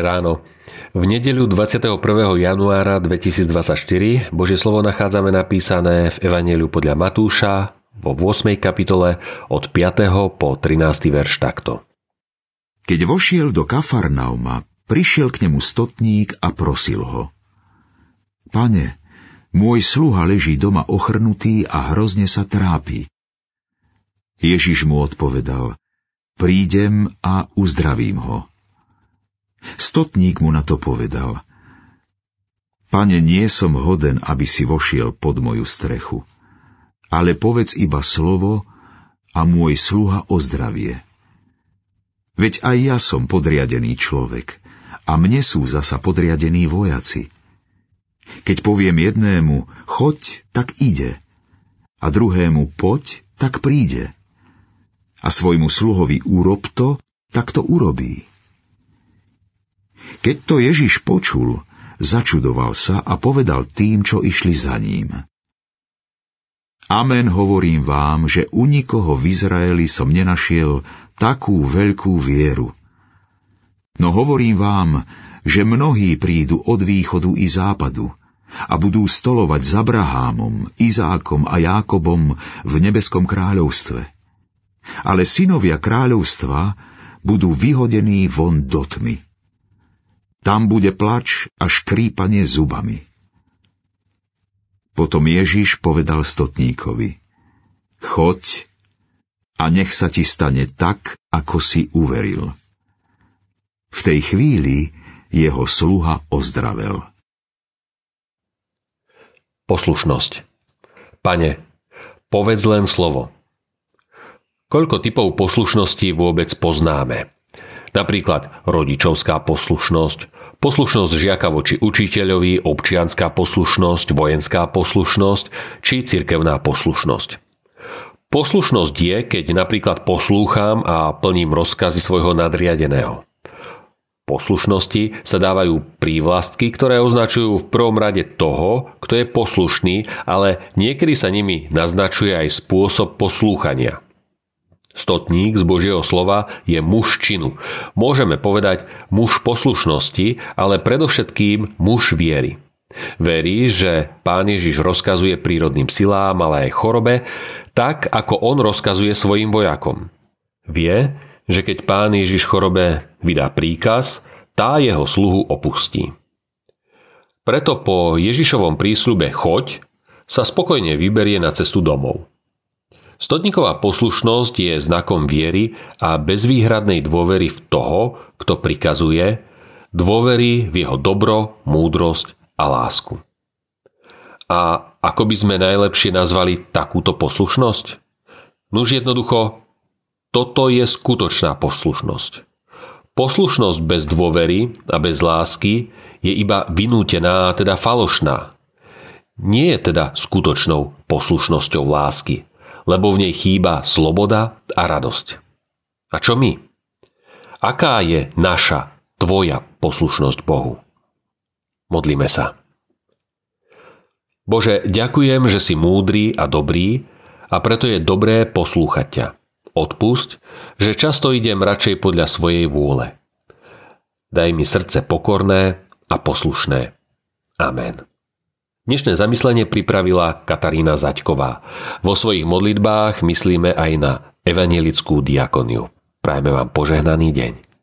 ráno. V nedeľu 21. januára 2024 Božie slovo nachádzame napísané v Evanjeliu podľa Matúša vo 8. kapitole od 5. po 13. verš takto. Keď vošiel do Kafarnauma, prišiel k nemu stotník a prosil ho: Pane, môj sluha leží doma ochrnutý a hrozne sa trápi. Ježiš mu odpovedal: Prídem a uzdravím ho. Stotník mu na to povedal: Pane, nie som hoden, aby si vošiel pod moju strechu, ale povedz iba slovo a môj sluha ozdravie. Veď aj ja som podriadený človek a mne sú zasa podriadení vojaci. Keď poviem jednému: choď, tak ide, a druhému: poď, tak príde, a svojmu sluhovi: urob to, tak to urobí. Keď to Ježiš počul, začudoval sa a povedal tým, čo išli za ním: Amen, hovorím vám, že u nikoho v Izraeli som nenašiel takú veľkú vieru. No hovorím vám, že mnohí prídu od východu i západu a budú stolovať s Abrahámom, Izákom a Jákobom v nebeskom kráľovstve. Ale synovia kráľovstva budú vyhodení von do tmy. Tam bude plač a škrípanie zubami. Potom Ježiš povedal stotníkovi: Choď a nech sa ti stane tak, ako si uveril. V tej chvíli jeho sluha ozdravel. Poslušnosť. Pane, povedz len slovo. Koľko typov poslušnosti vôbec poznáme? Napríklad rodičovská poslušnosť, poslušnosť žiaka voči učiteľovi, občianská poslušnosť, vojenská poslušnosť či cirkevná poslušnosť. Poslušnosť je, keď napríklad poslúcham a plním rozkazy svojho nadriadeného. Poslušnosti sa dávajú prívlastky, ktoré označujú v prvom rade toho, kto je poslušný, ale niekedy sa nimi naznačuje aj spôsob poslúchania. Stotník z Božieho slova je muž činu. Môžeme povedať muž poslušnosti, ale predovšetkým muž viery. Verí, že Pán Ježiš rozkazuje prírodným silám, ale aj chorobe, tak ako on rozkazuje svojim vojakom. Vie, že keď Pán Ježiš chorobe vydá príkaz, tá jeho sluhu opustí. Preto po Ježišovom prísľube choď sa spokojne vyberie na cestu domov. Stotníková poslušnosť je znakom viery a bezvýhradnej dôvery v toho, kto prikazuje, dôvery v jeho dobro, múdrosť a lásku. A ako by sme najlepšie nazvali takúto poslušnosť? Nuž jednoducho, toto je skutočná poslušnosť. Poslušnosť bez dôvery a bez lásky je iba vynútená, teda falošná. Nie je teda skutočnou poslušnosťou lásky, lebo v nej chýba sloboda a radosť. A čo my? Aká je naša, tvoja poslušnosť Bohu? Modlíme sa. Bože, ďakujem, že si múdry a dobrý a preto je dobré poslúchať ťa. Odpusť, že často idem radšej podľa svojej vôle. Daj mi srdce pokorné a poslušné. Amen. Dnešné zamyslenie pripravila Katarína Zaďková. Vo svojich modlitbách myslíme aj na evanjelickú diakoniu. Prajme vám požehnaný deň.